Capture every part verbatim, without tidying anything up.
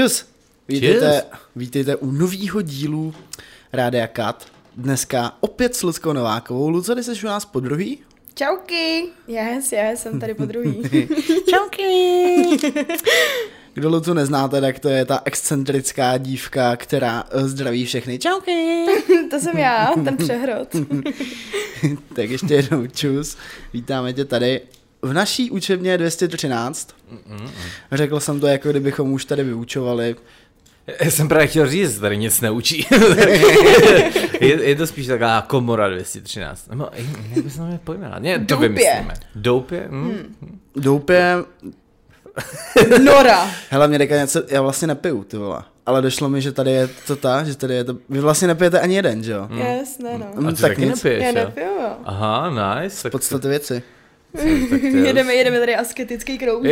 Čus. Vítejte, vítejte u novýho dílu Rádia Kat. Dneska opět s Luckou Novákovou. Luco, ty jsi u nás po druhý? Čauky. Yes, yes, jsem tady po druhý. Čauky. Kdo Lucu neznáte, tak to je ta excentrická dívka, která zdraví všechny. Čauky. To jsem já, ten přehrot. Tak ještě jednou čus. Vítáme tě tady. V naší učebně dvě stě třináct. Mm-mm. Řekl jsem to, jako kdybychom už tady vyučovali. Já jsem právě chtěl říct, tady nic neučí. je, je to spíš taková komora dvě stě třináct. No, jak bys to měl pojmenovat? Ne, to vymyslíme. Doupě? Hmm. Hmm. Doupě... Nora. Hele, mě deka něco, já vlastně nepiju, ty vole. Ale došlo mi, že tady je to ta, že tady je to, vy vlastně nepijete ani jeden, že jo? Hmm. Yes, ne no. A ty taky nepiješ, já nepiju, jo. Aha, nice. V podstatě věci. jedeme, jedeme tady asketický krouh.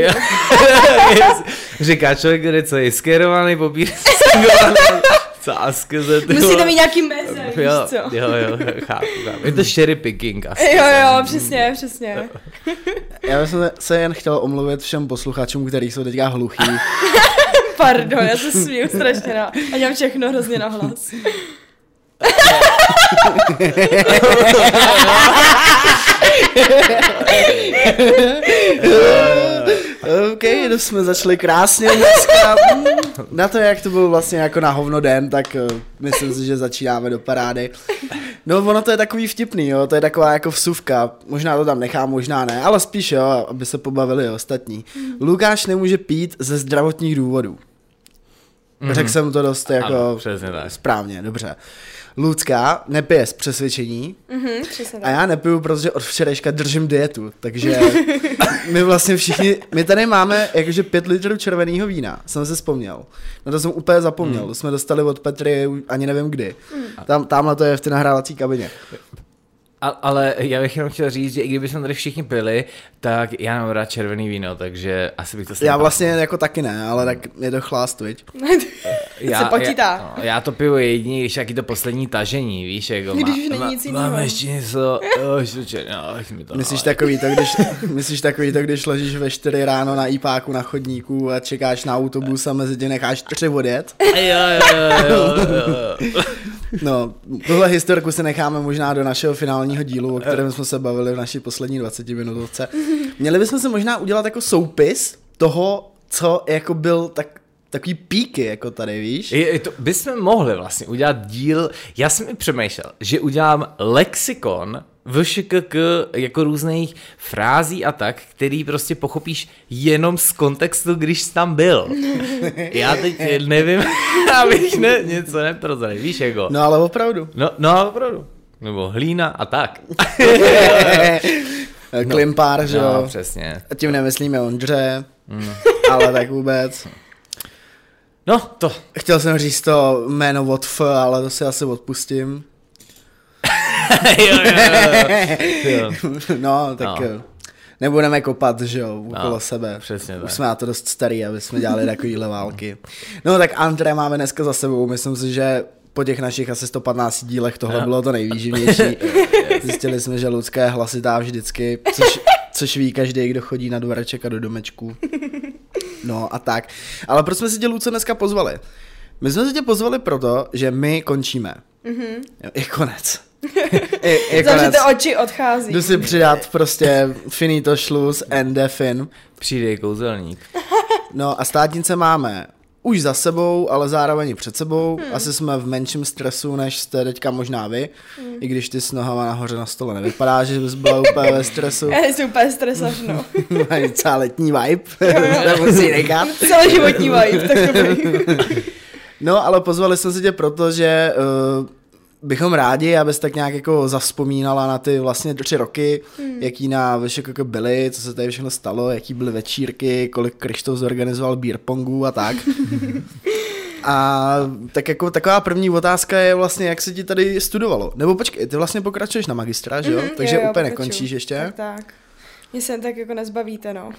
Říká člověk, který co je skérovaný, popír co askeze. Musíte mít nějaký meze, víš co? Jo, jo, chápu, chápu. Je to cherry picking asi. Jo, jo, přesně, přesně. Já bych se jen chtěl omluvit všem posluchačům, kteří jsou teďka hluchý. Pardon, já se smiju strašně na... A dělám všechno hrozně nahlas. OK, to jsme začali krásně dneska. Na to, jak to byl vlastně jako na hovno den, tak uh, myslím si, že začínáme do parády. No ono to je takový vtipný, jo, to je taková jako vsuvka. Možná to tam nechám, možná ne, ale spíš jo, aby se pobavili ostatní. Lukáš nemůže pít ze zdravotních důvodů. Mm-hmm. Řekl jsem to dost jako ano, přesně tak. Správně, dobře. Lucka nepije z přesvědčení mm-hmm, přesně tak. A já nepiju, protože od včerejška držím dietu, takže my vlastně všichni, my tady máme jakože pět litrů červeného vína, jsem se vzpomněl. No to jsem úplně zapomněl, mm. to jsme dostali od Petry ani nevím kdy. Mm. Tam, tamhle to je v té nahrávací kabině. A, ale já bych jenom chtěl říct, že i kdybychom tady všichni pili, tak já mám rád červený víno, takže asi bych to Já vlastně jako taky ne, ale tak je to chlást, viď? Já, se počítá. Já, no, já to piju jedině, když jaký to poslední tažení, víš, jako když má, už není nic jiného. Máme ještě něco, no, myslíš takový to, když, myslíš takový to, když ležíš ve čtyři ráno na ípáku na chodníku a čekáš na autobus a mezi tě necháš tři odjet? Jo, jo, jo, jo. No, tuhle historku si necháme možná do našeho finálního dílu, o kterém jsme se bavili v naší poslední dvacetiminutovce. Měli bychom se možná udělat jako soupis toho, co jako byl tak, takový píky jako tady, víš? Je, je to, bychom mohli vlastně udělat díl, já jsem i přemýšlel, že udělám lexikon V Š K K jako různých frází a tak, který prostě pochopíš jenom z kontextu, když jsi tam byl. Já teď nevím, abych ne, něco neprozradil, víš jako. No ale opravdu. No, no opravdu. Nebo hlína a tak. Klimpár, že jo? No, přesně. A tím nemyslíme Ondře, mm. ale tak vůbec. No, to. Chtěl jsem říct to jméno od F, ale to si asi odpustím. jo, jo, jo. No, tak no. Nebudeme kopat, že jo, okolo no, sebe. Přesně tak. Už jsme na to dost starý, aby jsme dělali takovýhle války. No tak André máme dneska za sebou, myslím si, že po těch našich asi sto patnácti dílech tohle no. bylo to nejvýživnější. Zjistili jsme, že Lucka je hlasitá vždycky, což, což ví každý, kdo chodí na dvoreček a do domečku. No a tak. Ale proč jsme si tě, Luce, dneska pozvali? My jsme si tě pozvali proto, že my končíme. Mm-hmm. Je konec. Je, je Zavřete oči, odchází. Jdu si přidat prostě finito šluz, ende fin. Přijde kouzelník. No a státnice máme už za sebou, ale zároveň i před sebou. Hmm. Asi jsme v menším stresu, než jste teďka možná vy. Hmm. I když ty s nohama nahoře na stole nevypadá, že bys byla úplně ve stresu. Já jsem úplně stresař, no. Mají celá letní vibe. To musí nechat. Celý životní vibe, takový. No, ale pozvali jsme si tě proto, že uh, bychom rádi, abys tak nějak jako zavzpomínala na ty vlastně tři roky, hmm. jaký na V Š K K byly, co se tady všechno stalo, jaký byly večírky, kolik Krištof zorganizoval beer pongů a tak. A tak jako taková první otázka je vlastně, jak se ti tady studovalo. Nebo počkej, ty vlastně pokračuješ na magistra, že jo? Mm-hmm, Takže jo, jo, úplně pokračuju. Nekončíš ještě? Tak, tak. Mě se tak jako nezbavíte, no.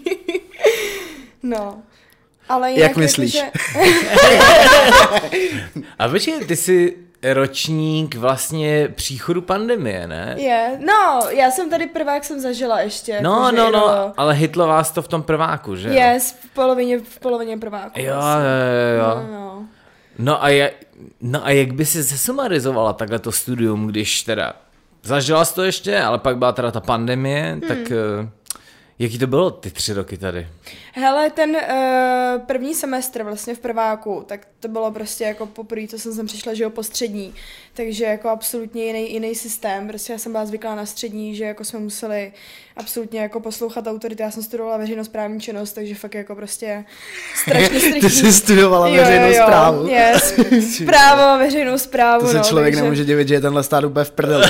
No. Ale jak myslíš? Jako, že... A počkej, ty jsi ročník vlastně příchodu pandemie, ne? Je, no, já jsem tady prvák jsem zažila ještě. No, jakože, no, no, ale hitlo vás to v tom prváku, že jo? Yes, v polovině, v polovině prváku. Jo, vlastně. jo, jo. No, no. No a, je, no a jak by si zesumarizovala takhle to studium, když teda zažila jsi to ještě, ale pak byla teda ta pandemie, hmm. tak uh, jaký to bylo ty tři roky tady? Hele, ten uh, první semestr vlastně v prváku, tak to bylo prostě jako poprvé, co jsem sem přišla, že jo, po střední, takže jako absolutně jiný, jiný systém, prostě já jsem byla zvyklá na střední, že jako jsme museli absolutně jako poslouchat autority, já jsem studovala veřejnosprávní činnost, takže fakt jako prostě strašně striktní. Ty jsi studovala veřejnou správu. Yes, právo, veřejnou správu. To se no, člověk takže... nemůže divit, že je tenhle stát úplně v prdeli.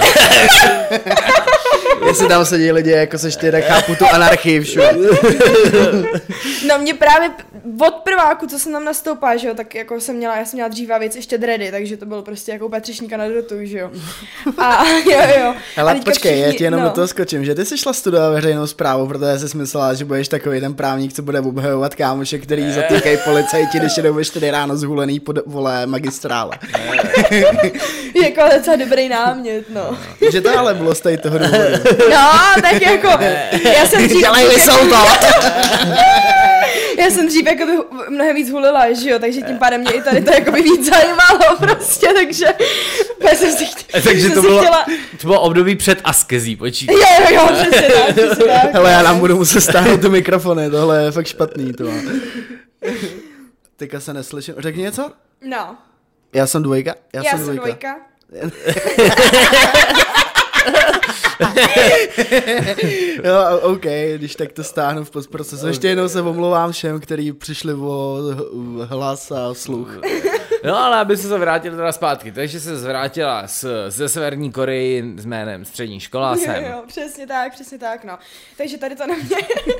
Jestli tam sedí lidi, jako seš ty, tak chápu tu anarchii všude. No mě právě od prváku, co jsem tam nastoupila, že jo, tak jako jsem měla, já jsem měla dříva věc ještě dready, takže to bylo prostě jako úplně třešníka na dortu, že jo. A jo, jo. Hele, počkej, všichni, já ti jenom no. do toho skočím, že ty jsi šla studovat veřejnou správu, protože jsi myslela, že budeš takový ten právník, co bude obhajovat kámoše, který zatýkají policajti, když jdou ve čtyři ráno zhulený pod vole magistrále. Jako docela dobrý námět, no. Že to ale bylo z tady toho důvodu. No, tak jako, já jsem dřív... Dělej to! Já jsem dřív jako by mnohem víc hulila, že jo, takže tím pádem mě i tady to jako by víc zajímalo prostě, takže já jsem si chtěla... Takže to si bylo, chtěla... to bylo období před askezí, počítej. Jo, jo, jo, přesně tak, přesně tak. Hele, já nám budu muset stáhnout tu mikrofony, tohle je fakt špatný, to. Teďka se neslyším, řekni něco? No. Já jsem dvojka? Já, já jsem dvojka. dvojka. Jo, OK, když tak to stáhnu v postprocesu. Ještě jednou se omlouvám všem, kteří přišli o hlas a sluch. No ale aby se to vrátil teda zpátky, takže se zvrátila z, ze Severní Koreji s jménem střední škola sem. Jo, jo, přesně tak, přesně tak, no. Takže tady to na mě,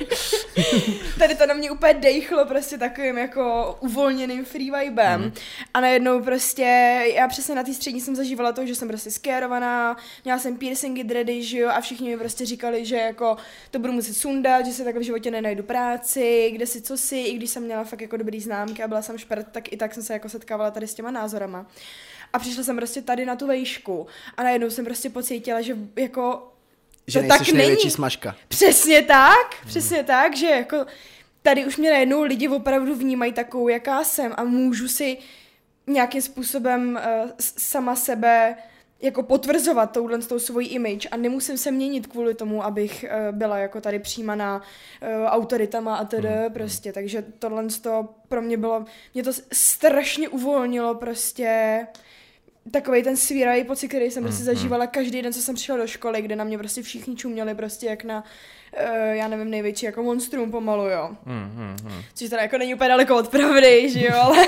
tady to na mě úplně dejchlo prostě takovým jako uvolněným free vibem. Mm. A najednou prostě, já přesně na té střední jsem zažívala to, že jsem prostě skérovaná, měla jsem piercingy, dready, že jo, a všichni mi prostě říkali, že jako to budu muset sundat, že se takhle v životě nenajdu práci, kde si co si, i když jsem měla fakt jako dobrý známky a byla jsem špert, tak i tak jsem se jako setkávala tady s těma názorama. A přišla jsem prostě tady na tu vejšku a najednou jsem prostě pocítila, že jako že to nejsiš tak největší není. Smažka. Přesně tak, přesně hmm. tak, že jako tady už mě najednou lidi opravdu vnímají takovou, jaká jsem a můžu si nějakým způsobem uh, sama sebe jako potvrzovat touhle s tou svojí image a nemusím se měnit kvůli tomu, abych uh, byla jako tady přijímaná uh, autoritama a tedy hmm. prostě, takže tohle to pro mě bylo, mě to strašně uvolnilo prostě takovej ten svíravý pocit, který jsem prostě zažívala každý den, co jsem přišla do školy, kde na mě prostě všichni čuměli prostě jak na, uh, já nevím, největší jako monstrum pomalu, jo. Mm, mm, mm. Což teda jako není úplně daleko od pravdy, že jo, ale...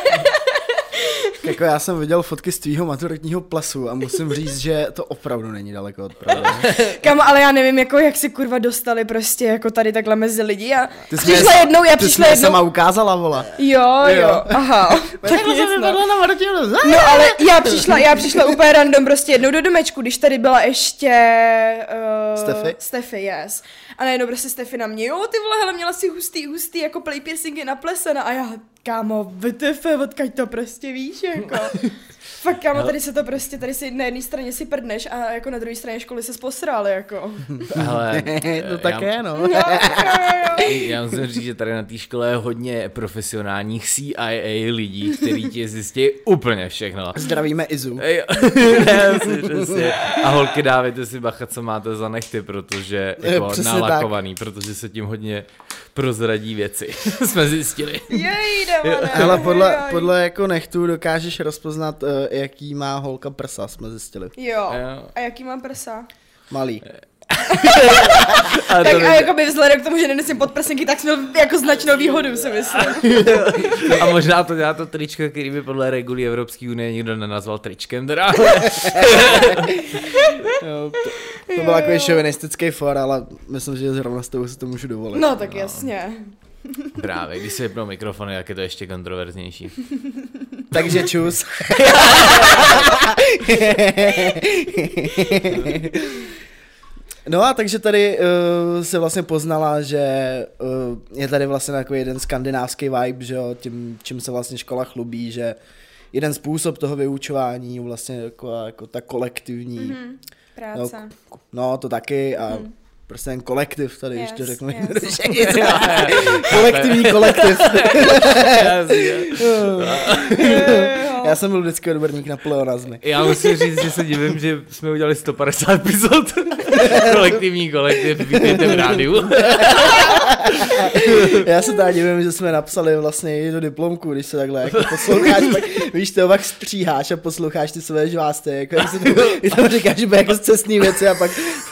Jako já jsem viděl fotky z tvýho maturitního plesu a musím říct, že to opravdu není daleko od pravdy. Kam, ale já nevím, jako jak si kurva dostali prostě jako tady takhle mezi lidi a ty přišla jsi, jednou, já ty přišla jsi jednou. sama ukázala, vola. Jo, jo, jo. Aha. Tak nic, no. No ale já přišla, já přišla úplně random prostě jednou do domečku, když tady byla ještě uh, Stefy? Stefy, yes. A najednou prostě Stefy na mě, jo ty vole, hele, měla si hustý, hustý jako play piercingy na plesena a já, kámo, V T F, odkaď to prostě víš, jako. Fakt, kámo, tady se to prostě, tady si na jedné straně si prdneš a jako na druhé straně školy se posrali, jako. Hele, to tak já, je, no. Jo, jo, jo. Já musím říct, že tady na té škole je hodně profesionálních C I A lidí, kteří ti zjistí úplně všechno. Zdravíme Izu. Jo, ne, přesně. A holky, dávejte si bacha, co máte za nechty, protože jako Přesně nalakovaný, tak. Protože se tím hodně prozradí věci. Jsme zjistili. Jej, demone. Hele, podle, podle jako nechtů dokážeš rozpoznat, uh, jaký má holka prsa, jsme zjistili. Jo. A jaký mám prsa? Malý. A tak a jako by vzhledem k tomu, že nenosím podprsenky, tak jsem měl jako značnou výhodu, si myslím. A možná to dělá to tričko, který by podle regulí Evropské unie nikdo nenazval tričkem, teda. Jo, to, to byl takový šovinistický for, ale myslím, že zrovna s tou si to můžu dovolit. No tak jasně. Právě, když se vypnou mikrofony, jak je to ještě kontroverznější. Takže čus. No a takže tady uh, se vlastně poznala, že uh, je tady vlastně takový jeden skandinávský vibe, že jo, tím, čím se vlastně škola chlubí, že jeden způsob toho vyučování, vlastně jako, jako ta kolektivní. Mm-hmm. Práce. No, no, to taky a mm. prostě ten kolektiv tady, yes, když to řeknu yes. kolektivní kolektiv. Já jsem byl vždycky odborník na pleonazmy. Já musím říct, že se divím, že jsme udělali sto padesát epizod. Kolektivní kolektiv, vítejte v rádiu. Já se tady divím, že jsme napsali vlastně i tu diplomku, když se takhle jako posloucháš, pak víš, ty pak stříháš a posloucháš ty své žvásty, jako jak se to, i tam říkáš, že bude jako cestný věci a pak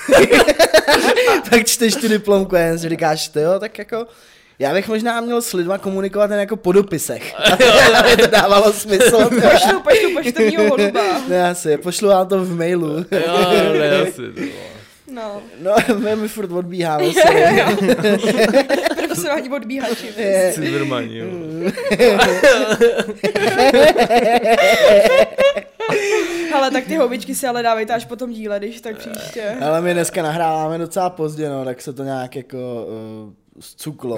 tak čteš tu diplomku a jen si říkáš, ty jo, tak jako já bych možná měl s lidma komunikovat jen jako po dopisech. Aby to dávalo smysl. Pošlu, pošlu poštovního holuba. Ne, asi, pošlu vám to v mailu. Jo, ne, asi. No. No, my, my furt odbíháme. Profesionální odbíhači. Cibermani, jo. Ale tak ty houbičky si ale dávejte až po tom díle, když tak příště. Ale my dneska nahráváme docela pozdě, no, tak se to nějak jako uh, zcuklo.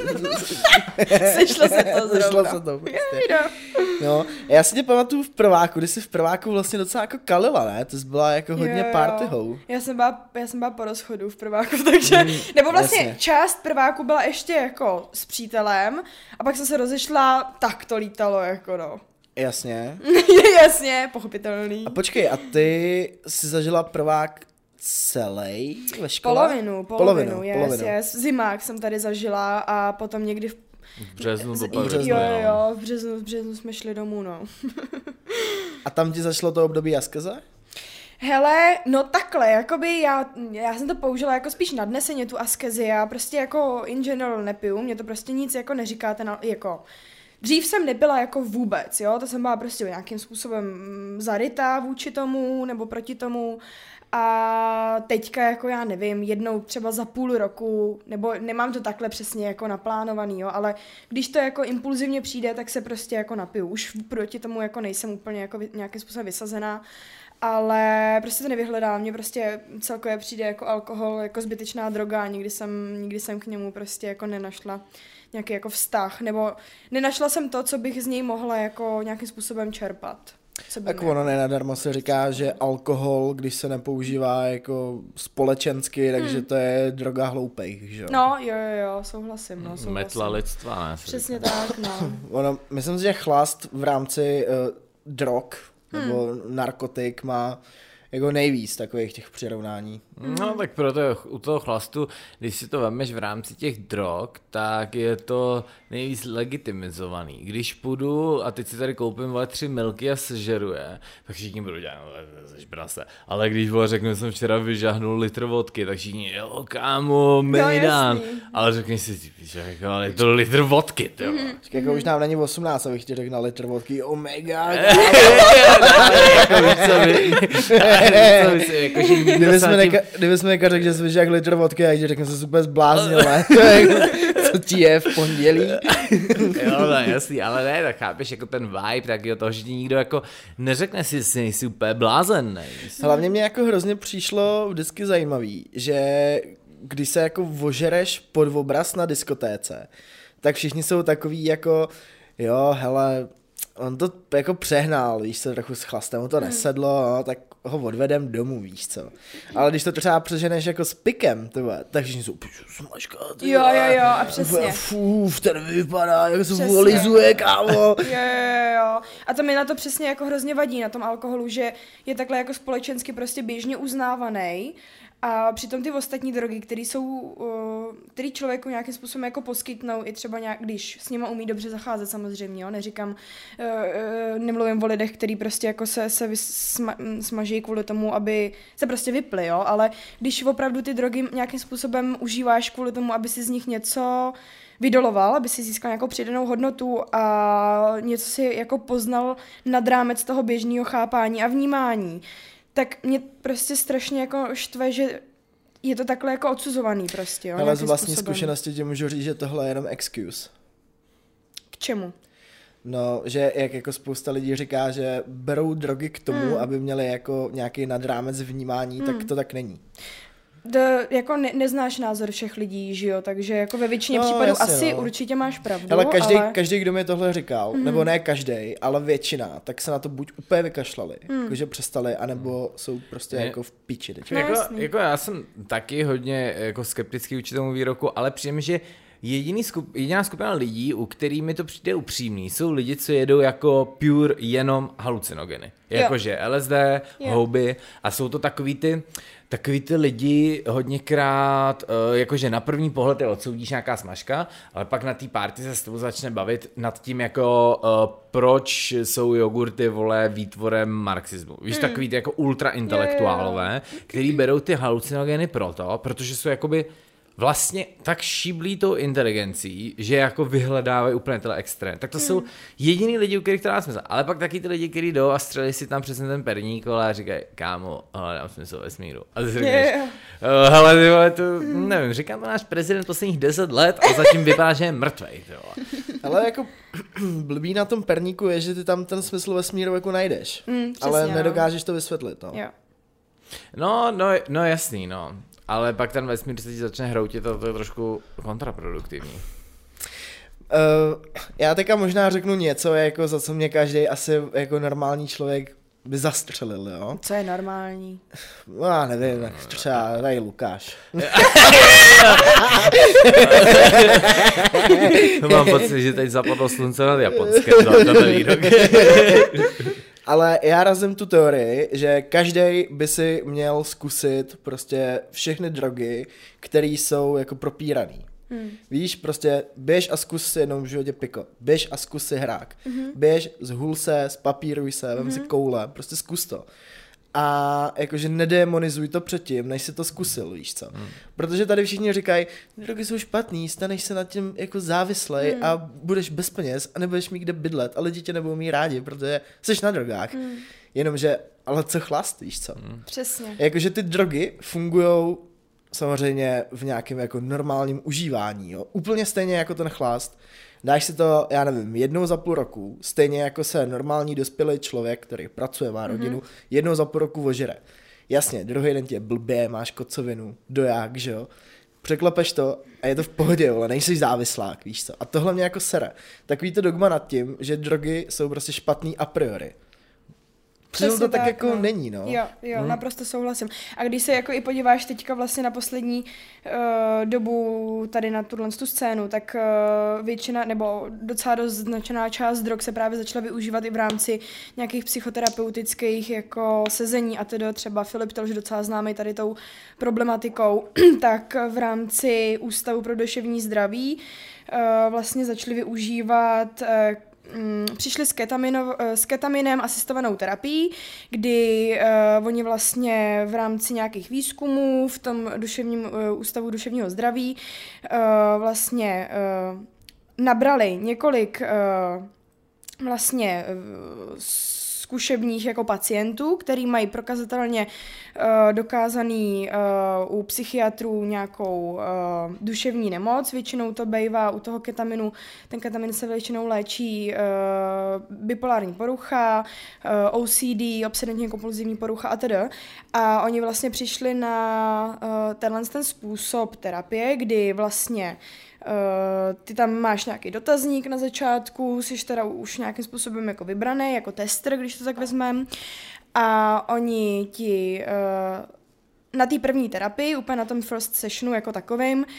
Sešlo se to zrovna. Sešlo se to prostě. No, já si tě pamatuju v prváku, kdy jsi v prváku vlastně docela jako kalila, ne? To jsi byla jako hodně partyhou. Já jsem byla, já jsem byla po rozchodu v prváku, takže, mm, nebo vlastně jasně. Část prváku byla ještě jako s přítelem a pak jsem se rozešla, tak to lítalo jako no. Jasně. Jasně, pochopitelný. A počkej, a ty jsi zažila prvák celý ve škole? Polovinu, polovinu, polovinu yes, polovinu. yes. Zimák jsem tady zažila a potom někdy v V březnu to pak Jo, jo, jo, v březnu, v březnu jsme šli domů, no. A tam ti zašlo to období askeze? Hele, no takhle, jakoby já, já jsem to použila jako spíš nadneseně tu askezi, já prostě jako in general nepiju, mě to prostě nic jako neříká ten, jako... Dřív jsem nepila jako vůbec, jo, to jsem byla prostě nějakým způsobem zarytá vůči tomu, nebo proti tomu a teďka jako já nevím, jednou třeba za půl roku, nebo nemám to takhle přesně jako naplánovaný, jo, ale když to jako impulzivně přijde, tak se prostě jako napiju, už proti tomu jako nejsem úplně jako nějakým způsobem vysazená, ale prostě to nevyhledám, mně prostě celkově přijde jako alkohol, jako zbytečná droga, nikdy jsem, nikdy jsem k němu prostě jako nenašla nějaký jako vztah, nebo nenašla jsem to, co bych z něj mohla jako nějakým způsobem čerpat. Tak ono nenadarmo se říká, že alkohol, když se nepoužívá jako společensky, takže hmm. to je droga hloupých, že jo? No, jo, jo, jo, souhlasím, no, souhlasím. Metla lidstva, ne? Přesně říká. Tak, no. Ono, myslím si, že chlast v rámci uh, drog, hmm. nebo narkotik má jako nejvíc takových těch přirovnání. No tak proto u toho chlastu, když si to vemeš v rámci těch drog, tak je to nejvíc legitimizovaný. Když půjdu a teď si tady koupím vole tři milky a sežeruje, tak všichni budou dělat, no seš prase. Ale když vole řeknu, že jsem včera vyžahnul litr vodky, tak všichni, jo kámo, mejdán. No, ale řekni si, že ale je to litr vodky, ty jo. Mm-hmm. Jako už nám není osmnáct, abych ti řekl na litr vodky, oh my god. Kdyby jsme neka řekl, že jsi vyžil jak litr vodky, a řekl, že jsi super zbláznil, ne? Co ti je v pondělí? Jo, no jasný, ale ne, tak chápeš jako ten vibe, tak jo, toho, že ti nikdo jako neřekne si, že nejsi úplně blázen, ne? Hlavně mě jako hrozně přišlo vždycky zajímavý, že když se jako vožereš pod obraz na diskotéce, tak všichni jsou takový jako, jo, hele, on to jako přehnal, víš co, trochu s chlastem, mu to nesedlo, no, tak ho odvedem domů, víš co. Ale když to třeba přeženeš jako s pikem, tyhle, tak všichni jsou, smažka, jo, jo, jo, a přesně. Fuf, ten vypadá, jak se volizuje, kámo. Jo, jo, jo. A to mi na to přesně jako hrozně vadí na tom alkoholu, že je takhle jako společensky prostě běžně uznávaný. A přitom ty ostatní drogy, které jsou, který člověku nějakým způsobem jako poskytnou, i třeba nějak, když s nima umí dobře zacházet samozřejmě, jo, neříkám, nemluvím o lidech, který prostě jako se, se sma, smaží kvůli tomu, aby se prostě vypli, jo, ale když opravdu ty drogy nějakým způsobem užíváš kvůli tomu, aby si z nich něco vydoloval, aby si získal nějakou přidanou hodnotu a něco si jako poznal nad rámec toho běžného chápání a vnímání, tak mě prostě strašně jako štve, že je to takhle jako odsuzovaný prostě, jo. Ale z vlastní zkušenosti ti můžu říct, že tohle je jenom excuse. K čemu? No, že jak jako spousta lidí říká, že berou drogy k tomu, hmm. aby měli jako nějaký nadrámec vnímání, hmm. tak to tak není. To, jako ne, neznáš názor všech lidí, že jo, takže jako ve většině No, případů jasně, asi no. určitě máš pravdu, Ale každý, ale... každý, kdo mi tohle říkal, mm. nebo ne každý, ale většina, tak se na to buď úplně vykašlali, mm. jakože přestali, anebo jsou prostě Je. jako v piči teď. No, jako, jasný. jako já jsem taky hodně jako skeptický vůči tomu výroku, ale přijde mi, že jediný skup, jediná skupina lidí, u kterých mi to přijde upřímný, jsou lidi, co jedou jako pure jenom halucinogeny. Jakože L S D, Jo. houby a jsou to takový ty, takový ty lidi hodněkrát, uh, jakože na první pohled je odsoudíš nějaká smažka, ale pak na té party se s tebou začne bavit nad tím jako uh, proč jsou jogurty, vole, výtvorem marxismu. Víš, Hmm. takový ty jako ultraintelektuálové, který berou ty halucinogeny proto, protože jsou jakoby vlastně tak šíblí tou inteligencí, že jako vyhledávají úplně tyhle extrém. Tak to hmm. jsou jediný lidi, u kterých to dá smysl. Ale pak taky ty lidi, kteří jdou a střelí si tam přesně ten perník a říkají, kámo, hledám smysl vesmíru. A ty si říkáš, Yeah. oh, hele, ty vole, to, nevím, říkám to náš prezident posledních deset let a zatím vypadá, že je mrtvej. Ty vole. Ale jako blbý na tom perníku je, že ty tam ten smysl vesmíru jako najdeš. Mm, přesně, ale no. nedokážeš to vysvětlit, no. Jo. No, no, no jasný, no. Ale pak ten vesmír se ti začne hroutit a to je trošku kontraproduktivní. Uh, já teďka možná řeknu něco, jako za co mě každý asi jako normální člověk by zastřelil, jo? Co je normální? No, já nevím, tak třeba tady Lukáš. Mám pocit, že teď zapadlo slunce nad Japonskem za tenhle výrok. Ale já razím tu teorii, že každý by si měl zkusit prostě všechny drogy, které jsou jako propíraný. Hmm. Víš, prostě běž a zkus si jednou v životě piko, běž a zkus si hrák, mm-hmm. běž, zhul se, spapíruj se, vem mm-hmm. si koule, prostě zkus to. A jakože nedemonizuj to předtím, než si to zkusil, víš co. Hmm. Protože tady všichni říkají, drogy jsou špatný, staneš se nad tím jako závislej hmm. a budeš bez peněz a nebudeš mít kde bydlet a lidi tě nebudou mít rádi, protože jsi na drogách. Hmm. Jenomže, ale co chlast, víš co. Hmm. Přesně. Jakože ty drogy fungujou samozřejmě v nějakém jako normálním užívání, jo. Úplně stejně jako ten chlast. Dáš si to, já nevím, jednou za půl roku, stejně jako se normální dospělý člověk, který pracuje, má rodinu, mm-hmm. jednou za půl roku ožere. Jasně, druhý den tě blbě, máš kocovinu, doják, že jo. Překlepeš to a je to v pohodě, ale nejsi závislák, víš co. A tohle mě jako sere. Takový to dogma nad tím, že drogy jsou prostě špatný a priori. Přitom to tak, tak jako no. není, no. Jo, jo, hmm. naprosto souhlasím. A když se jako i podíváš teďka vlastně na poslední uh, dobu tady na tuhle tu scénu, tak uh, většina, nebo docela dost značená část drog se právě začala využívat i v rámci nějakých psychoterapeutických jako sezení a tedy třeba Filip Telž docela známý tady tou problematikou, tak v rámci Ústavu pro duševní zdraví uh, vlastně začali využívat uh, přišli s, ketamino, s ketaminem asistovanou terapií, kdy uh, oni vlastně v rámci nějakých výzkumů v tom duševním, uh, ústavu duševního zdraví uh, vlastně uh, nabrali několik uh, vlastně uh, zkušebních jako pacientů, který mají prokazatelně uh, dokázaný uh, u psychiatrů nějakou uh, duševní nemoc. Většinou to bývá u toho ketaminu. Ten ketamin se většinou léčí uh, bipolární porucha, uh, O C D, obsedantně kompulzivní porucha a tedy. A oni vlastně přišli na uh, tenhle ten způsob terapie, kdy vlastně Uh, ty tam máš nějaký dotazník na začátku, jsi teda už nějakým způsobem jako vybraný, jako tester, když to tak vezmeme. A oni ti uh, na té první terapii, úplně na tom first sessionu jako takovým, uh,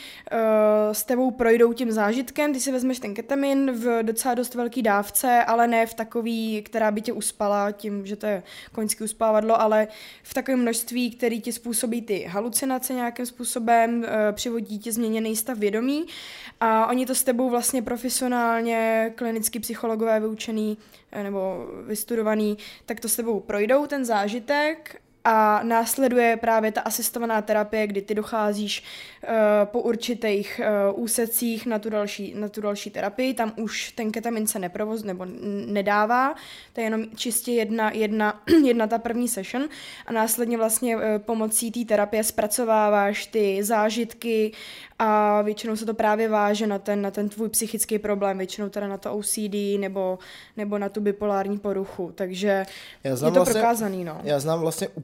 s tebou projdou tím zážitkem, ty si vezmeš ten ketamin v docela dost velký dávce, ale ne v takový, která by tě uspala tím, že to je koňský uspávadlo, ale v takovém množství, který ti způsobí ty halucinace nějakým způsobem, uh, přivodí ti změněný stav vědomí a oni to s tebou vlastně profesionálně, klinicky psychologové vyučený nebo vystudovaný, tak to s tebou projdou ten zážitek. A následuje právě ta asistovaná terapie, kdy ty docházíš uh, po určitých uh, úsecích na tu, další, na tu další terapii. Tam už ten ketamin se neprovoz nebo nedává. To je jenom čistě jedna, jedna, jedna ta první session. A následně vlastně uh, pomocí té terapie zpracováváš ty zážitky a většinou se to právě váže na ten, na ten tvůj psychický problém. Většinou teda na to O C D nebo, nebo na tu bipolární poruchu. Takže já znám je to vlastně, prokázaný, no. Já znám vlastně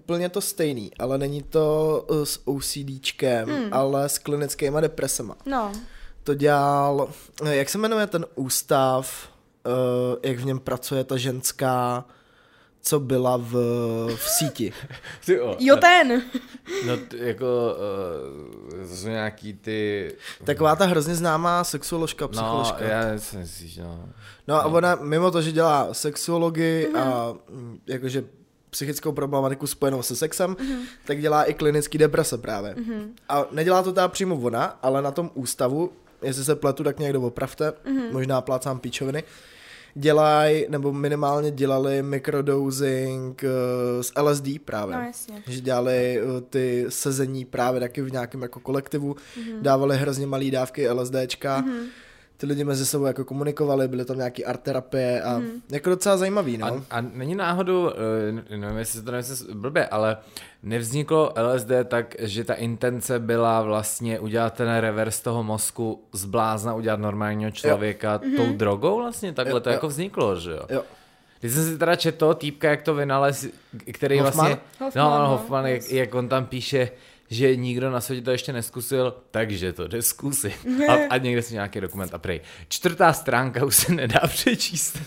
úplně to stejný, ale není to uh, s OCDčkem, hmm. ale s klinickýma depresema. No. To dělal, jak se jmenuje ten ústav, uh, jak v něm pracuje ta ženská, co byla v, v síti. Jo, ten. No, t- jako, uh, to jsou nějaký ty... Taková ta hrozně známá sexuoložka, psycholožka. No, já si myslíš, no. No a ona, mimo to, že dělá sexuologii mm. a jakože psychickou problematiku spojenou se sexem, mm. tak dělá i klinický deprese právě. Mm. A nedělá to teda přímo ona, ale na tom ústavu, jestli se pletu, tak někdo opravte, mm. možná plácám píčoviny, dělají, nebo minimálně dělali microdosing uh, s L S D právě. No, jasně. Že dělali uh, ty sezení právě taky v nějakém jako kolektivu, mm-hmm. dávali hrozně malý dávky LSDčka, mm-hmm. ty lidi mezi sebou jako komunikovali, byly tam nějaký art terapie a mm-hmm. jako docela zajímavý, no. A, a není náhodou, nevím, jestli to nemyslím blbě, ale nevzniklo L S D tak, že ta intence byla vlastně udělat ten reverse toho mozku z blázna, udělat normálního člověka jo. tou mm-hmm. drogou vlastně, takhle jo, to jo. jako vzniklo, že jo? Jo. Když jsem si teda četl týpka, jak to vynalez, který Hoffman? vlastně, Hoffman, no, no, Hoffman, jak, jak on tam píše, že nikdo na světě to ještě neskusil, takže to jde zkusit. A, a někde si nějaký dokument a prej. Čtvrtá stránka už se nedá přečíst.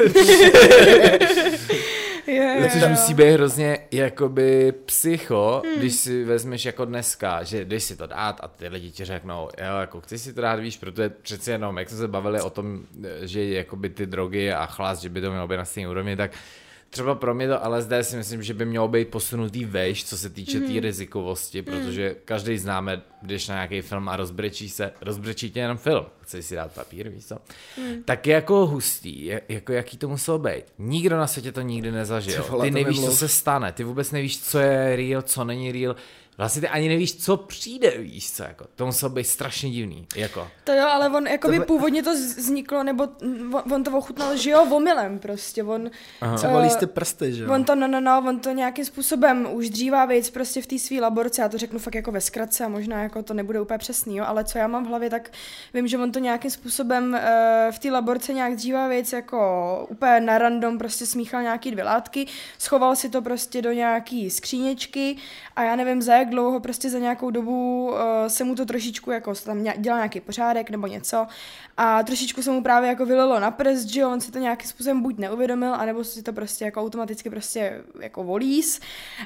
Yeah. Což musí být hrozně jakoby psycho, hmm. když si vezmeš jako dneska, že jdeš si to dát a ty lidi ti řeknou, jo, jako chci si to dát, víš, protože přeci jenom, jak jsme se bavili o tom, že jakoby ty drogy a chlast, že by to mělo být na stejné úrovni, tak třeba pro mě to L S D si myslím, že by mělo být posunutý vejš, co se týče té mm. tý rizikovosti, protože každý známe, když na nějaký film a rozbrečí se, rozbrečí tě jenom film, chceš si dát papír, víš co? Mm. Tak je jako hustý, je, jako jaký to muselo být. Nikdo na světě to nikdy nezažil. Ty, vole, ty nevíš, co se stane, ty vůbec nevíš, co je real, co není real. Vlastně ty ani nevíš, co přijde, víš co, jako. To muselo být strašně divný, jako. To jo, ale on, jakoby to by... původně to vzniklo, nebo on, on to ochutnal, že jo, omylem prostě, on... Třeba uh, lísty prsty, že jo? On to, no, no, no, on to nějakým způsobem už dřívá věc prostě v té svý laborce, já to řeknu fakt jako ve zkratce a možná jako to nebude úplně přesný, jo, ale co já mám v hlavě, tak vím, že on to nějakým způsobem uh, v té laborce nějak dřívá věc jako úplně na random prostě smíchal nějaký dvě látky, schoval si to prostě do nějaký skříněčky a já nevím, za jak dlouho prostě za nějakou dobu uh, se mu to trošičku jako tam dělal nějaký pořádek nebo něco a trošičku se mu právě jako vylilo na prst, že jo, on si to nějakým způsobem buď neuvědomil, anebo si to prostě jako automaticky prostě jako volís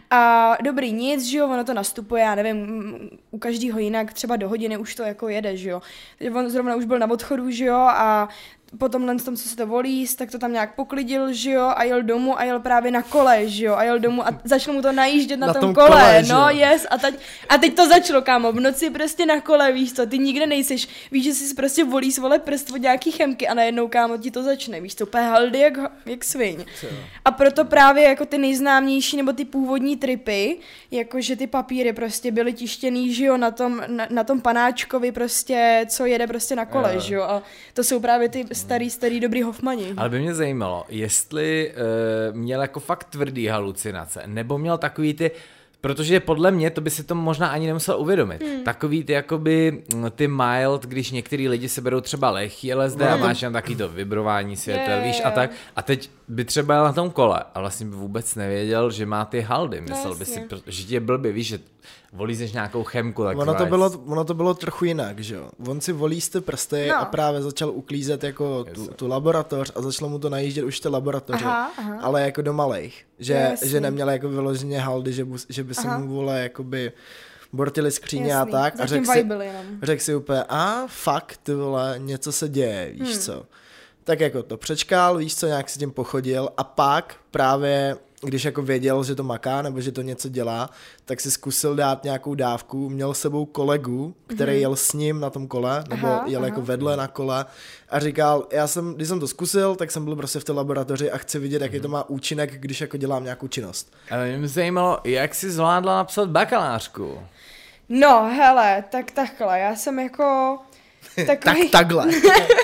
a dobrý nic, že jo, ono to nastupuje, já nevím, u každého jinak třeba do hodiny už to jako jede, že jo, on zrovna už byl na odchodu, že jo, a potom len s tom, co se to volí, tak to tam nějak poklidil, že jo, a jel domů a jel právě na kole, že jo, a jel domů a začalo mu to najíždět na, na tom, tom kole, kole no, yes, a teď, a teď to začalo, kámo, v noci prostě na kole, víš co, ty nikde nejseš, víš, že si prostě volí svole prst od nějaký chemky a najednou, kámo, ti to začne, víš co, úplně haldy jak, jak sviň. A proto právě jako ty nejznámější, nebo ty původní tripy, jakože ty papíry prostě byly tištěný, že jo, na tom, na, na tom panáčkovi prostě, co jede prostě na kole, že jo, a to jsou právě ty starý, starý, dobrý Hoffmani. Ale by mě zajímalo, jestli uh, měl jako fakt tvrdý halucinace, nebo měl takový ty, protože podle mě to by si to možná ani nemusel uvědomit. Hmm. Takový ty jakoby ty mild, když některý lidi se berou třeba lehký L S D a máš tam taky to vibrování světel, je, víš, je. a tak. A teď by třeba jel na tom kole a vlastně by vůbec nevěděl, že má ty haldy. Myslel no, by si, že tě blbě, víš, že volízeš nějakou chemku. Tak ono, to bylo, ono to bylo trochu jinak, že jo. On si volí ty prsty no. a právě začal uklízet jako tu, tu laboratoř a začalo mu to najíždět už ty laboratoře, aha, aha. ale jako do malejch. Že, že neměl jako vyloženě haldy, že, bu, že by se aha. mu vole jakoby bortili skříně jasný. A tak. A řekl si, řek si úplně, a fakt, ty vole, něco se děje, víš hmm. co. Tak jako to přečkal, víš co, nějak si tím pochodil a pak právě, když jako věděl, že to maká nebo že to něco dělá, tak si zkusil dát nějakou dávku, měl s sebou kolegu, který mm-hmm. jel s ním na tom kole, nebo aha, jel aha. jako vedle na kole a říkal, já jsem, když jsem to zkusil, tak jsem byl prostě v té laboratoři a chci vidět, jaký to má účinek, když jako dělám nějakou činnost. Ale mě zajímalo, jak jsi zvládla napsat bakalářku? No, hele, tak takhle, já jsem jako... Takový... tak takhle.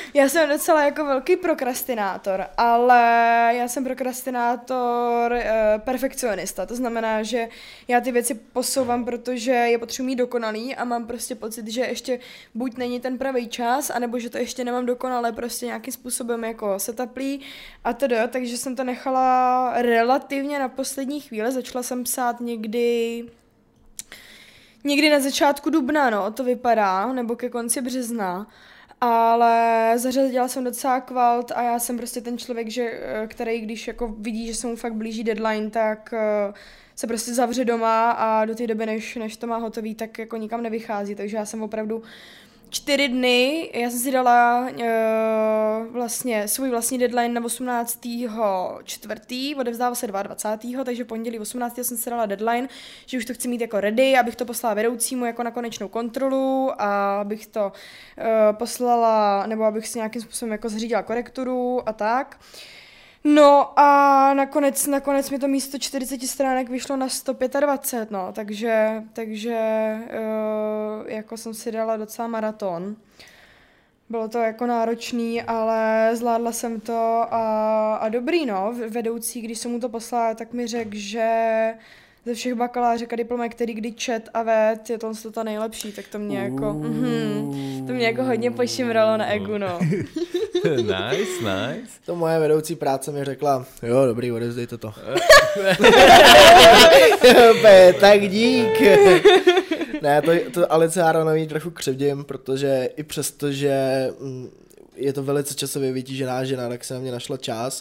Já jsem docela jako velký prokrastinátor, ale já jsem prokrastinátor e, perfekcionista, to znamená, že já ty věci posouvám, protože je potřebuji mít dokonalý a mám prostě pocit, že ještě buď není ten pravý čas, anebo že to ještě nemám dokonale prostě nějakým způsobem jako setaplý a tedy, takže jsem to nechala relativně na poslední chvíli, začala jsem psát někdy někdy na začátku dubna, no, to vypadá, nebo ke konci března. Ale zařadila jsem docela kvalt a já jsem prostě ten člověk, že, který když jako vidí, že se mu fakt blíží deadline, tak se prostě zavře doma a do té doby, než, než to má hotový, tak jako nikam nevychází. Takže já jsem opravdu čtyři dny, já jsem si dala uh, vlastně svůj vlastní deadline na osmnáctého čtvrtého odevzdával se dvacátého druhého takže pondělí osmnáctého jsem si dala deadline, že už to chci mít jako ready, abych to poslala vedoucímu jako na konečnou kontrolu a abych to uh, poslala, nebo abych si nějakým způsobem jako zřídila korekturu a tak. No a nakonec, nakonec mi to místo čtyřicet stránek vyšlo na sto dvacet pět, no, takže, takže uh, jako jsem si dala docela maraton. Bylo to jako náročný, ale zvládla jsem to a, a dobrý, no. Vedoucí, když jsem mu to poslala, tak mi řekl, že ze všech bakalářek a diplomek, který kdy čet a ved, je to to nejlepší, tak to mě jako, mm, to mě jako hodně pošimralo na egu, no. Nice, nice. To moje vedoucí práce mi řekla, jo, dobrý, odevzdejte to. Tak dík. Ne, to, to Alice Aronový trochu křivdím, protože i přesto, že je to velice časově vytížená žena, tak se na mě našla čas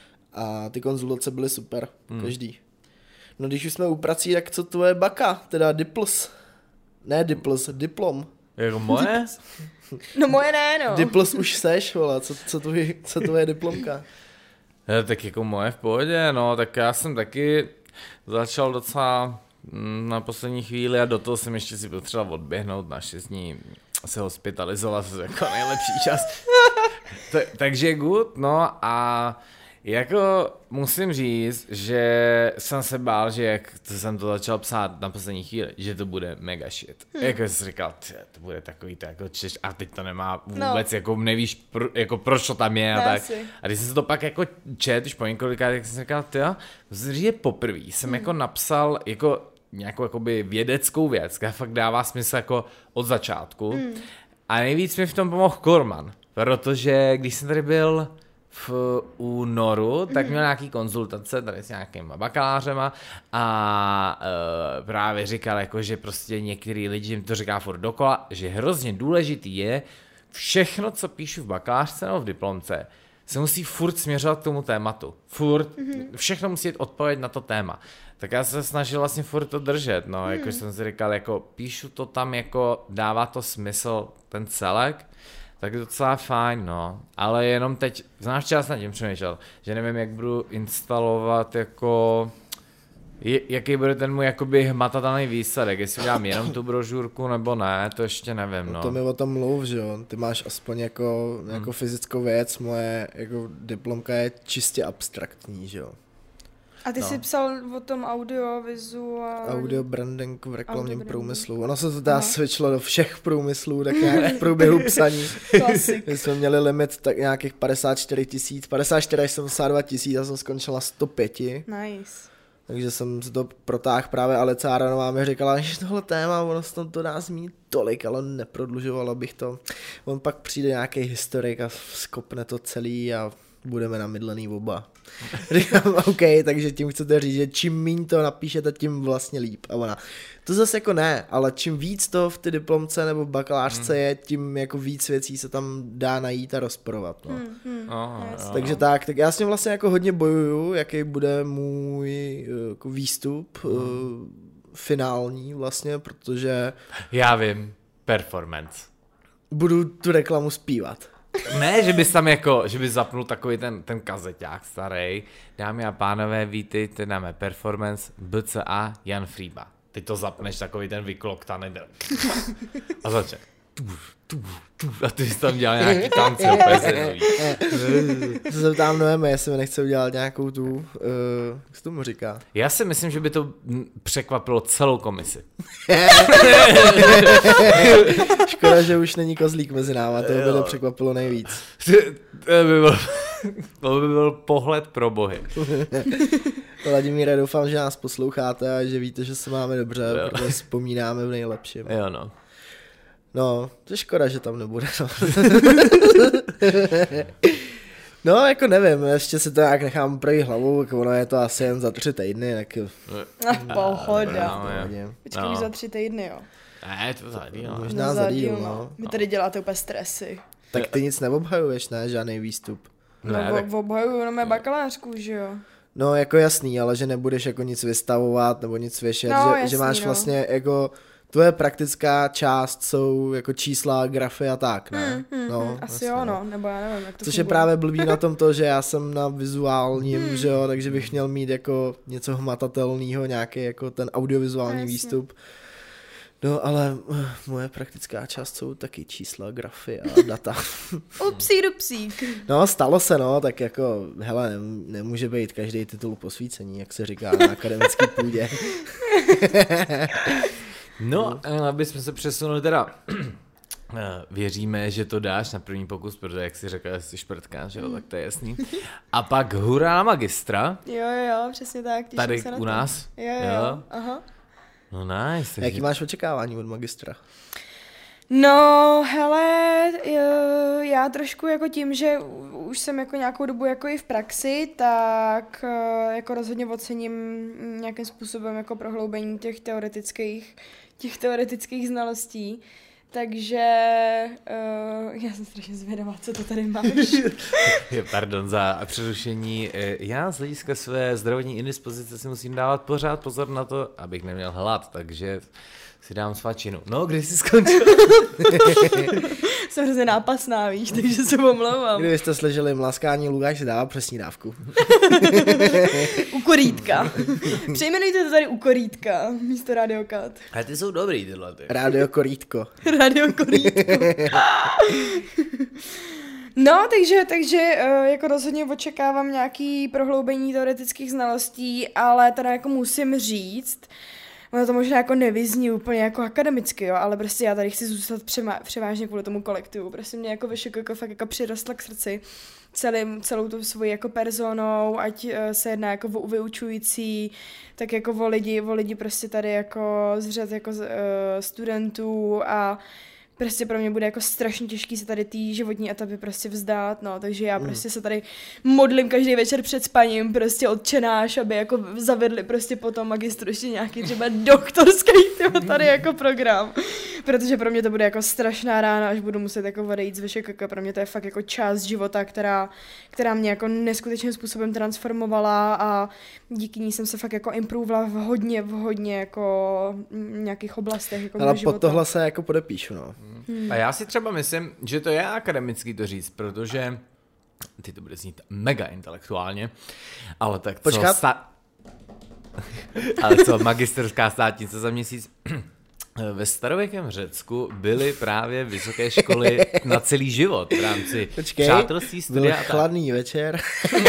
a ty konzultace byly super, hmm. každý. No když už jsme u prací, tak co tvoje baka, teda dipls? Ne dipls, diplom. Jako moje? No moje ne, no. Dipls už seš, vole, co, co, tvoj, co tvoje diplomka? Je, tak jako moje v pohodě, no, tak já jsem taky začal docela na poslední chvíli a do toho jsem ještě si potřeboval odběhnout na šest dní, se hospitalizovat, to je jako nejlepší čas. T- takže good, no a jako musím říct, že jsem se bál, že jak to jsem to začal psát na poslední chvíli, že to bude mega shit. Hmm. Jako jsem říkal, to bude takový to jako češ a teď to nemá vůbec, no. jako nevíš, pro, jako proč to tam je a tak. Asi. A když jsem se to pak jako čet už po několikrát, tak jsem říkal, tyjo, musím říct, že poprvé jsem hmm. jako napsal jako nějakou jakoby vědeckou věc, která fakt dává smysl jako od začátku. Hmm. A nejvíc mi v tom pomohl Korman, protože když jsem tady byl v únoru, tak měl nějaký konzultace tady s nějakýma bakalářema a e, právě říkal, jako, že prostě některý lidi jim to říká furt dokola, že hrozně důležitý je všechno, co píšu v bakalářce nebo v diplomce, se musí furt směřovat k tomu tématu. Furt, mm-hmm. všechno musí jít odpověď na to téma. Tak já se snažil vlastně furt to držet, no, mm. jako jsem si říkal, jako píšu to tam, jako dává to smysl ten celek, tak je docela fajn, no, ale jenom teď, znáš čas nad tím přemýšlel, že nevím, jak budu instalovat jako, je, jaký bude ten můj jakoby hmatatelný výsledek, jestli udělám jenom tu brožurku nebo ne, to ještě nevím, no. To mi o tom mluv, že jo, ty máš aspoň jako, jako hmm. fyzickou věc, moje jako diplomka je čistě abstraktní, že jo. A ty no. jsi psal o tom audio, vizu a... Audio branding v reklamním průmyslu. Ono se to dá switchlo do všech průmyslů, tak nějak v průběhu psaní. Klasik. My jsme měli limit tak nějakých padesát čtyři tisíc, padesát čtyři až sedmdesát dva tisíc a jsem skončil na sto pět. Nice. Takže jsem si to protáhl právě, Alice Aronová mi říkala, že tohle téma, ono se to dá zmínit tolik, ale neprodlužovalo bych to. On pak přijde nějaký historik a skopne to celý a budeme namydlený oba. Říkám, OK, takže tím chcete říct, že čím míň to napíšete, tím vlastně líp. A ona, to zase jako ne, ale čím víc to v ty diplomce nebo v bakalářce hmm. je, tím jako víc věcí se tam dá najít a rozporovat. No. Hmm, hmm. Aha, yes. Takže tak, tak já s tím vlastně jako hodně bojuju, jaký bude můj jako výstup hmm. uh, finální vlastně, protože... Já vím, performance. Budu tu reklamu zpívat. Ne, že bys tam jako, že bys zapnul takový ten, ten kazeťák starý. Dámy a pánové, vítejte na mé performance B C A Jan Fríba. Teď to zapneš, takový ten vykloktaný a začne. tu, tu, tu, a ty jsi tam dělal nějaký tance úplně se Se zeptám Noéme, jestli mi nechce udělat nějakou tu, uh, jak se tomu říká? Já si myslím, že by to překvapilo celou komisi. Škoda, že už není kozlík mezi náma, to by to překvapilo nejvíc. To by byl, to by byl pohled pro bohy. Vladimíre, doufám, že nás posloucháte a že víte, že se máme dobře, Jo. protože vzpomínáme v nejlepším. Jo no. No, to je škoda, že tam nebude. No. No, jako nevím, ještě si to nějak nechám projít hlavou, jako ono je to asi jen za tři týdny, tak jo. Ach, pohoda. No, je. Pohodě. Počkej, No. už za tři týdny, jo. Ne, to tady, no. Možná No, za za díl, díl, no. Vy tady děláte úplně stresy. Tak ty nic neobhajuješ, ne? Žádný výstup. Ne, No, tak- v obhajuju na mé bakalářku, že jo. No, jako jasný, ale že nebudeš jako nic vystavovat nebo nic věšet, No, že, jasný, že máš no. vlastně jako tvoje praktická část jsou jako čísla, grafy a tak, ne? Hmm, hmm, no, hmm, asi jasně, jo, no, nebo já nevím, jak to Což je funguje. právě blbý na tom to, že já jsem na vizuálním, Hmm. že jo, takže bych měl mít jako něco hmatatelného, nějaký jako ten audiovizuální Jasně. výstup. No, ale uh, moje praktická část jsou taky čísla, grafy a data. Upsí dupsík. No, stalo se, no, tak jako, hele, nem, nemůže být každý titul posvícení, jak se říká na akademické půdě. No, aby jsme se přesunuli teda, věříme, že to dáš na první pokus, protože jak jsi řekl, jsi šprtka, že jo, tak to je jasný. A pak hurá na magistra, Jo, jo, jo, přesně tak. těším tady se na u to. nás. Jo, jo, Jo. jo. Aha. No nice. Jaký Takže... máš očekávání od magistra? No, hele, jo, já trošku jako tím, že u- už jsem jako nějakou dobu jako i v praxi, tak eh, jako rozhodně ocením nějakým způsobem jako prohloubení těch teoretických, těch teoretických znalostí. Takže uh, já jsem strašně zvědavá, co to tady máš. Pardon za přerušení. Já z hlediska své zdravotní indispozice si musím dávat pořád pozor na to, abych neměl hlad, takže si dám svačinu. No, kdy jsi skončil? Jsem hrozně nápasná, víš, takže se omlouvám. Kdybyste slyšeli mlaskání, Lukáš si dává přesní dávku. U korítka. Přejmenujte to tady u korítka, místo radiokat. Ale ty jsou dobrý tyhle ty. Rádio korítko. Radio korítko. No, takže, takže eh, jako rozhodně očekávám nějaký prohloubení teoretických znalostí, ale teda jako musím říct, ono to možná jako nevyzní úplně jako akademicky, jo, ale prostě já tady chci zůstat přema- převážně kvůli tomu kolektivu. Prostě mě jako vyšek jako fakt jako přirostla k srdci celým, celou tu svoji jako personou, ať uh, se jedná jako o vyučující, tak jako o lidi, o lidi prostě tady jako z řad jako z, uh, studentů a prostě pro mě bude jako strašně těžký se tady té životní etapy prostě vzdát, no, takže já Mm. prostě se tady modlím každý večer před spaním, prostě odčenáš, aby jako zavedli prostě potom magistru ještě nějaký třeba doktorský tyho tady jako program, protože pro mě to bude jako strašná rána, až budu muset jako odejít z V Š K K, pro mě to je fakt jako část života, která, která mě jako neskutečným způsobem transformovala a díky ní jsem se fakt jako improvovala v hodně, v hodně jako nějakých oblastech jako Ale mého pod života. tohle se jako podepíšu, no. A já si třeba myslím, že to je akademický to říct, protože ty to bude znít mega intelektuálně, ale tak co... Počkat. Sta... ale co magisterská státnice za měsíc... Ve starověkém Řecku byly právě vysoké školy na celý život v rámci Počkej, přátelství, byl studia a tak. chladný večer.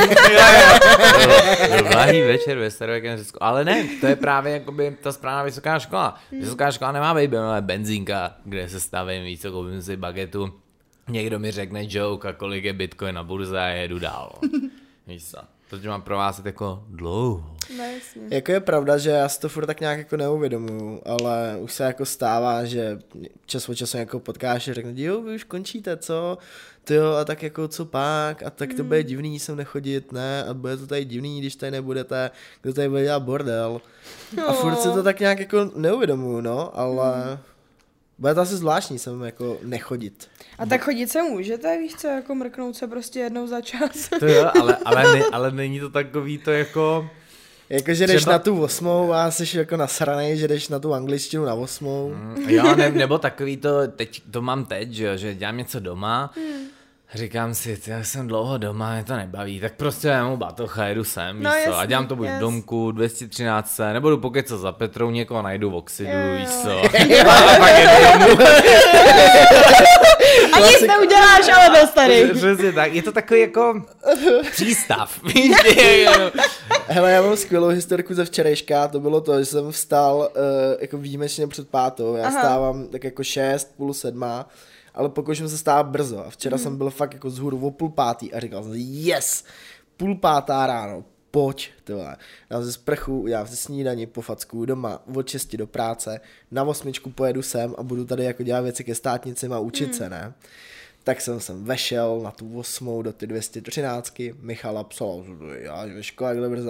Byl vlahý večer ve starověkém Řecku. Ale ne, to je právě jakoby ta správná vysoká škola. Vysoká škola nemá být ale benzínka, kde se stavím víc, co koupím si bagetu. Někdo mi řekne joke a kolik je bitcoin na burze a jedu dál. Víš co? Protože mám pro vás jako dlouho. No, jasně. Jako je pravda, že já si to furt tak nějak jako neuvědomuju, ale už se jako stává, že čas od času jako potkáš a řekne, jo, vy už končíte, co? Ty jo, a tak jako co pak? A tak to bude divný sem nechodit, ne? A bude to tady divný, když tady nebudete, kdo tady bude dělat bordel. A furt si to tak nějak jako neuvědomuju, no, ale... Bude to asi zvláštní sem jako nechodit. A tak chodit se můžete, víš co, jako mrknout se prostě jednou za čas. To jo, ale, ale, ne, ale není to takový to jako... Jako, že jdeš Třeba- na tu osmou a jsi jako nasranej, že jdeš na tu angličtinu na osmou. Jo, ne, nebo takový to, teď, to mám teď, že, jo, že dělám něco doma Říkám si, já jsem dlouho doma, mě to nebaví, tak prostě vemu batoh a jedu sem, No, víš co, jasný, a dělám to buď yes. v domku, dvě stě třináct, nebudu pokecat za Petrou, někoho najdu v oxidu, Jo, víš jo. co. A pak jedu domů. A nic neuděláš, ale byl starý. Přesně tak, je to takový jako přístav, víš, Hele, já mám skvělou historku ze včerejška, to bylo to, že jsem vstal uh, jako výjimečně před pátou, já Aha. stávám tak jako šest, půl sedma, ale pokouším se stávat brzo a včera mm. jsem byl fakt jako zhůru o půl pátý a říkal jsem si, yes, půl pátá ráno, pojď, tyhle, dám si sprchu, udělám si snídani, po facku doma, od šesti do práce, na osmičku pojedu sem a budu tady jako dělat věci ke státnicím a učit mm. se, ne? Tak jsem sem vešel na tu osmou do ty dvě stě třináctky, Michala psal, já ve škole, kde brzo,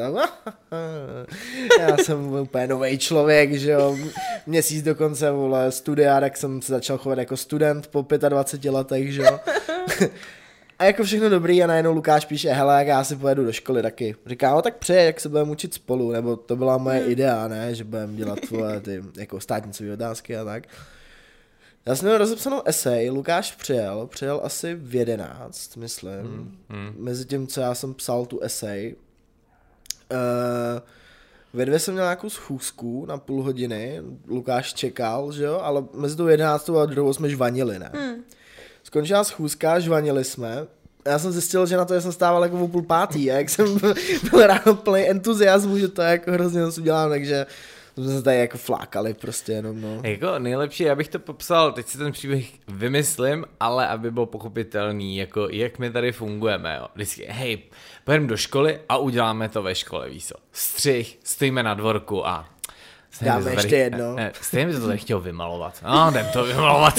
já jsem úplně novej člověk, že jo, měsíc do konce, vole, studia, tak jsem se začal chovat jako student po dvaceti pěti letech, že jo. A jako všechno dobrý a najednou Lukáš píše, hele, jak já si pojedu do školy taky. Říká, no tak přeje, jak se budeme učit spolu, nebo to byla moje idea, ne, že budeme dělat tvoje ty jako státnicové otázky a tak. Já jsem měl rozepsanou esej, Lukáš přijel, přijel asi v jedenáct, myslím, hmm, hmm. mezi tím, co já jsem psal tu esej. Uh, ve dvě jsem měl nějakou schůzku na půl hodiny, Lukáš čekal, že jo, ale mezi tou jedenáctou a druhou jsme žvanili, ne? Hmm. Skončila schůzka, žvanili jsme. Já jsem zjistil, že na to jsem stával jako o půl pátý, a jak jsem byl ráno plný entuziasmu, že to jako hrozně moc udělám, takže jsme se tady jako flákali prostě jenom, no. Jako nejlepší, já bych to popsal, teď si ten příběh vymyslím, ale aby byl pochopitelný, jako jak my tady fungujeme, jo. Vždycky, hej, pojedeme do školy a uděláme to ve škole, víš co. Střih, stojíme na dvorku a... Dáme ještě tady, jedno. Ne, stejně by to tady chtěl vymalovat. No, jdem to vymalovat.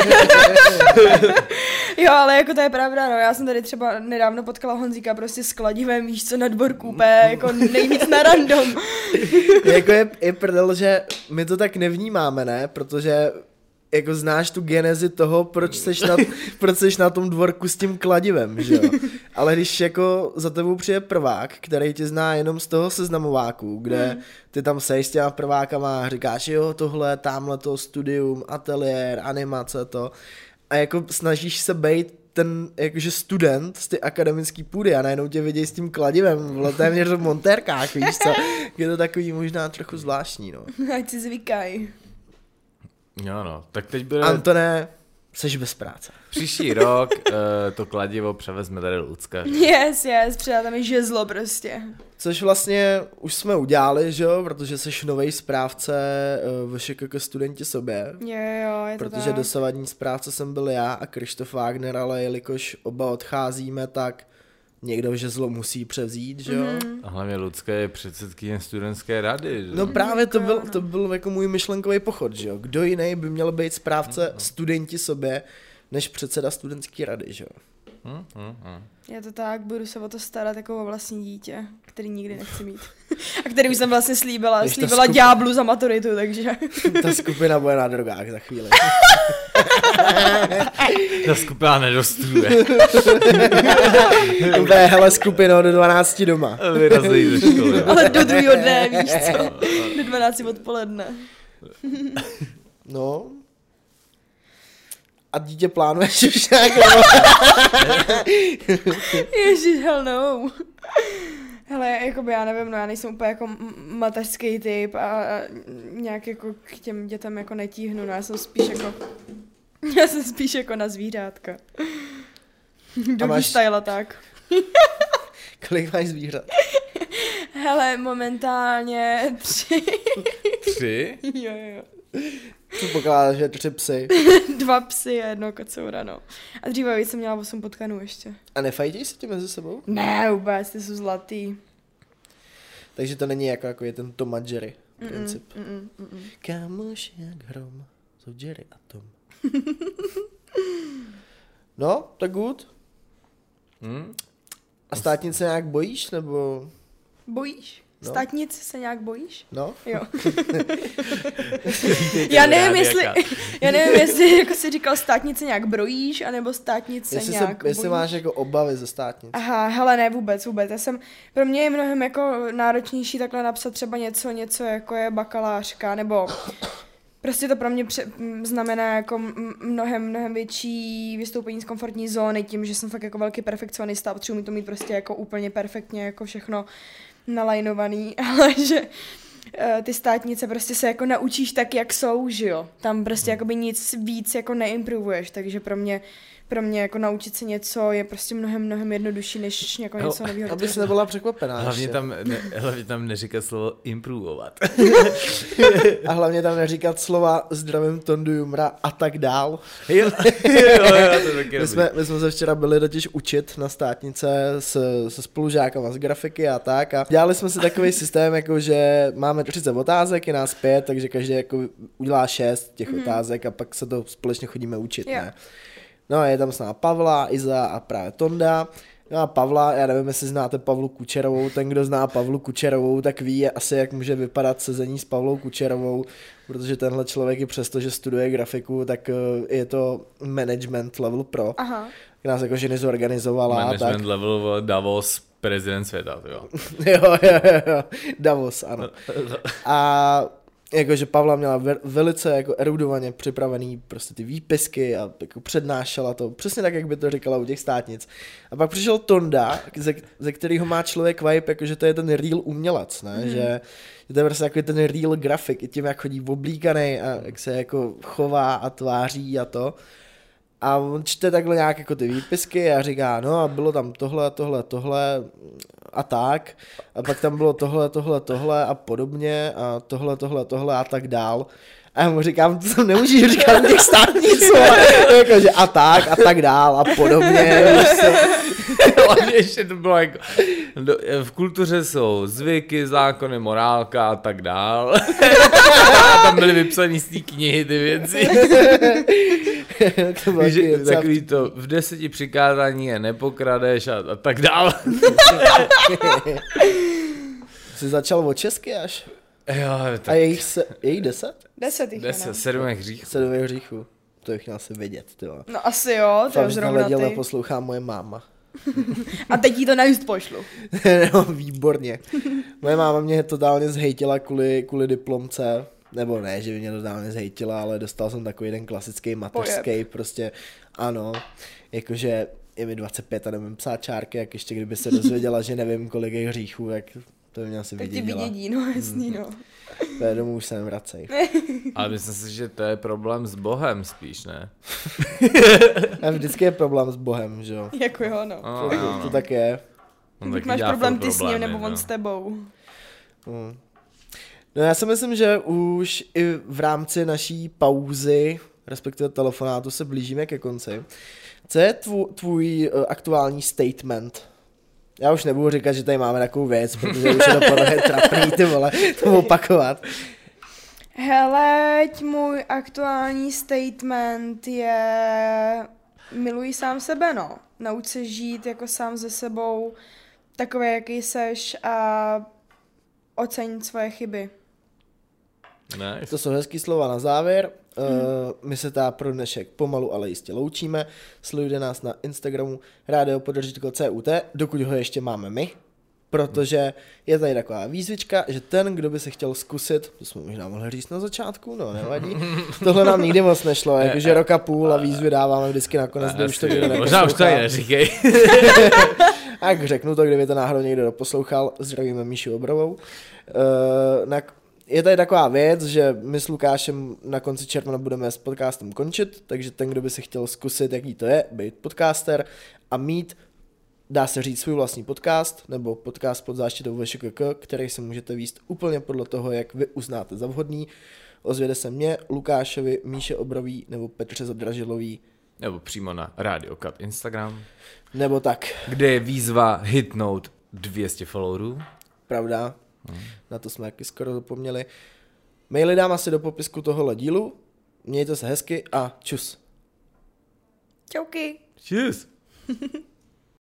Jo, ale jako to je pravda, no, já jsem tady třeba nedávno potkala Honzíka prostě s kladivem, víš co, na dvorku, úplně jako nejvíc na random. Jako je, je prdel, že my to tak nevnímáme, ne, protože jako znáš tu genezi toho, proč seš na, proč seš na tom dvorku s tím kladivem, že jo. Ale když jako za tebou přijde prvák, který tě zná jenom z toho seznamováku, kde ty tam seš s těma prvákama a říkáš, jo, tohle, tamhle to studium, ateliér, animace, to. A jako snažíš se bejt ten jakože student z ty akademický půdy a najednou tě vidějí s tím kladivem, vole, téměř v montérkách, víš co. Je to takový možná trochu zvláštní, no. Ať si zvykají. Jo no, tak teď bude... Antone, seš bez práce. Příští rok uh, to kladivo převezme tady Lucka. Yes, yes, předá tam je žezlo prostě. Což vlastně už jsme udělali, že jo, protože seš novej správce uh, V Š K K Studenti sobě. Jo, jo, je to protože tak. dosavadní správce jsem byl já a Krištof Wagner, ale jelikož oba odcházíme, tak někdo žezlo musí převzít, že jo? Mm. A hlavně Lucka je předsedkyně studentské rady, že? No právě to byl, to byl jako můj myšlenkový pochod, že jo? Kdo jiný by měl být správce mm. Studenti sobě, než předseda studentské rady, že jo? Mm, mm, mm. Je to tak, budu se o to starat jako o vlastní dítě, který nikdy nechci mít. A který už jsem vlastně slíbila, Víš, slíbila skup... ďáblu za maturitu, takže... Ta skupina bude na drogách za chvíli. Ta skupina nedostuje. To je hele skupina do dvanácti doma. Vyrazí ze školy. Ale do druhého dne, víš co? Do dvanácti odpoledne. No. A dítě plánuješ už nějak? Ježiš, hell no. Hele, jakoby já nevím, no já nejsem úplně jako mateřský typ a, a nějak jako k těm dětem jako netíhnu, no já jsem spíš jako, já jsem spíš jako na zvířátka. Doggy máš... style tak. Kolik máš zvířat? Hele, momentálně tři. Tři? Jo, jo. Co pokládáš, že tři psy? Dva psy a jedno kocoura, no. A dříve jsem měla osm potkanů ještě. A nefajtěj se ti mezi sebou? Ne, vůbec, ty jsou zlatý. Takže to není jako, jako je ten Tom a Jerry princip. Mm, mm, mm, mm. Kámoš jak hrom, jsou Jerry a Tom. No, tak good. Hmm? A státnice nějak bojíš, nebo? Bojíš? No. Státnic se nějak bojíš? No. Jo. já nevím, jestli, já nevím, jestli jako jsi říkal státnice nějak brojíš, anebo státnice jestli nějak se, jestli bojíš. máš jako obavy ze státnic. Aha, hele, ne, vůbec, vůbec. Já jsem, pro mě je mnohem jako náročnější takhle napsat třeba něco, něco jako je bakalářka, nebo prostě to pro mě pře- m, znamená jako m- mnohem, mnohem větší vystoupení z komfortní zóny tím, že jsem fakt jako velký perfekcionista a potřebuji to mít prostě jako úplně perfektně jako všechno nalajnovaný, ale že uh, ty státnice prostě se jako naučíš tak, jak jsou, že jo. Tam prostě jakoby nic víc jako neimprovuješ, takže pro mě pro mě jako naučit se něco je prostě mnohem, mnohem jednodušší, než jako něco nového. Abys nebyla překvapená. Hlavně tam, ne, hlavně tam neříkat slovo improvovat. A hlavně tam neříkat slova zdravím tondu jumra a tak dál. Jo, jo, jo, to taky my, jsme, my jsme se včera byli totiž učit na státnice s, se spolužákama z grafiky a tak a dělali jsme si takový systém, jako že máme třicet otázek, je nás pět, takže každý jako udělá šest těch mm. otázek a pak se to společně chodíme učit, jo. ne? No je tam s náma Pavla, Iza a právě Tonda. No a Pavla, já nevím, jestli znáte Pavlu Kučerovou, ten, kdo zná Pavlu Kučerovou, tak ví asi, jak může vypadat sezení s Pavlou Kučerovou, protože tenhle člověk i přesto, že studuje grafiku, tak je to management level pro. Aha. Nás jako ženy zorganizovala. Management tak. level Davos, prezident světa, jo. jo, jo, jo, Davos, ano. A jakože Pavla měla ve, velice jako erudovaně připravený prostě ty výpisky a jako přednášela to přesně tak, jak by to říkala u těch státnic. A pak přišel Tonda, ze, ze kterého má člověk vibe, jakože to je ten real umělec, ne? Mm. Že, že to je prostě jako ten real grafik, i tím, jak chodí oblíkaný a jak se jako chová a tváří a to. A on čte takhle nějak jako ty výpisky a říká, no a bylo tam tohle, tohle, tohle a tak. A pak tam bylo tohle, tohle, tohle a podobně a tohle, tohle, tohle a tak dál. A já mu říkám, to tam nemůžeš říkat těch státnic, jakože a tak a tak dál a podobně. Ale ještě to bylo jako, v kultuře jsou zvyky, zákony, morálka a tak dál. A tam byly vypsaný z té knihy ty věci. To Takže takový to v deseti přikázání je nepokradeš a, a tak dál. Jsi začal od česky až? Jo, tak... A je jich, se, je jich deset? Deset jich Deset, je, sedm hříchů. Sedm hříchů. To bych měl si vědět, ty vole. No asi jo, to je zrovna ty. Fakt, poslouchá moje máma. A teď jí to na just pošlu. No, výborně. Moje máma mě totálně zhejtila kvůli, kvůli diplomce. Nebo ne, že by mě totálně zhejtila, ale dostal jsem takový jeden klasický mateřský, prostě ano, jakože je mi dvacet pět a nevím psát čárky, jak ještě kdyby se dozvěděla, že nevím, kolik je hříchů, tak to by mě asi vydědila. Tak ti vydědí, no jasný, no. To domů už se nevracej. Ale myslím si, že to je problém s Bohem spíš, ne? A vždycky je problém s Bohem, že jo? Jako jo, no. Oh, to, jo, no. to tak je. Buď máš problém ty s ním, nebo on no. s tebou. Hmm. No já si myslím, že už i v rámci naší pauzy, respektive telefonátu, se blížíme ke konci. Co je tvůj, tvůj uh, aktuální statement? Já už nebudu říkat, že tady máme takovou věc, protože už je to podle trapný, ty vole, to opakovat. Hele, můj aktuální statement je miluj sám sebe, no. Nauč se žít jako sám se sebou, takový, jaký seš a oceň svoje chyby. Nice. To jsou hezký slova na závěr. Mm. Uh, my se tá pro dnešek pomalu, ale jistě loučíme. Sledujte nás na Instagramu rádio podržitko C U T, dokud ho ještě máme my. Protože je tady taková výzvička, že ten, kdo by se chtěl zkusit, to jsme možná mohli říct na začátku, no nevadí, tohle nám nikdy moc nešlo, jakože rok a půl a výzvy dáváme vždycky nakonec, kdo už to někdo možná už to je neříkej. Tak řeknu to, kdyby to náhodou někdo doposlouchal, zdravíme Míšu Obrovou. Uh, na, je tady taková věc, že my s Lukášem na konci června budeme s podcastem končit, takže ten, kdo by se chtěl zkusit, jaký to je, být podcaster a mít, dá se říct, svůj vlastní podcast, nebo podcast pod záštitou V Š K K, který si můžete víst úplně podle toho, jak vy uznáte za vhodný. Ozvěde se mě, Lukášovi, Míše Obrový nebo Petře Zadražilový. Nebo přímo na Radio Cut Instagram. Nebo tak. Kde je výzva hitnout dvě stě followerů. Pravda. Hmm. Na to jsme taky skoro zapomněli. Maily dám asi do popisku tohohle dílu. Mějte se hezky a čus. Čauky. Čus.